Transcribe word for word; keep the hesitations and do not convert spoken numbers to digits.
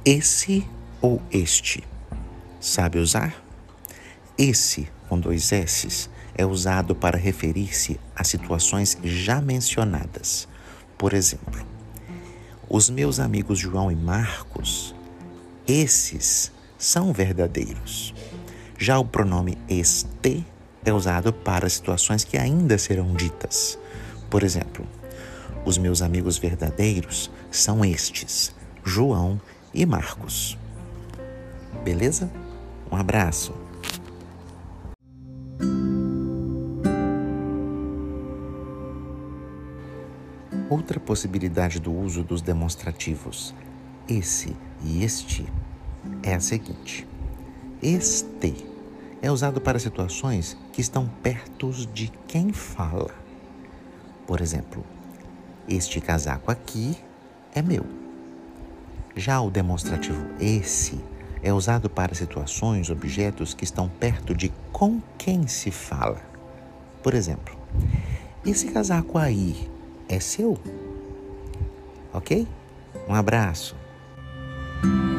Esse ou este? Sabe usar? Esse, com dois S's, é usado para referir-se a situações já mencionadas. Por exemplo, os meus amigos João e Marcos, esses são verdadeiros. Já o pronome este é usado para situações que ainda serão ditas. Por exemplo, os meus amigos verdadeiros são estes, João e Marcos. Beleza? Um abraço. Outra possibilidade do uso dos demonstrativos esse e este é a seguinte: este é usado para situações que estão perto de quem fala. Por exemplo, este casaco aqui é meu. Já o demonstrativo esse é usado para situações, objetos que estão perto de com quem se fala. Por exemplo, esse casaco aí é seu? Ok? Um abraço.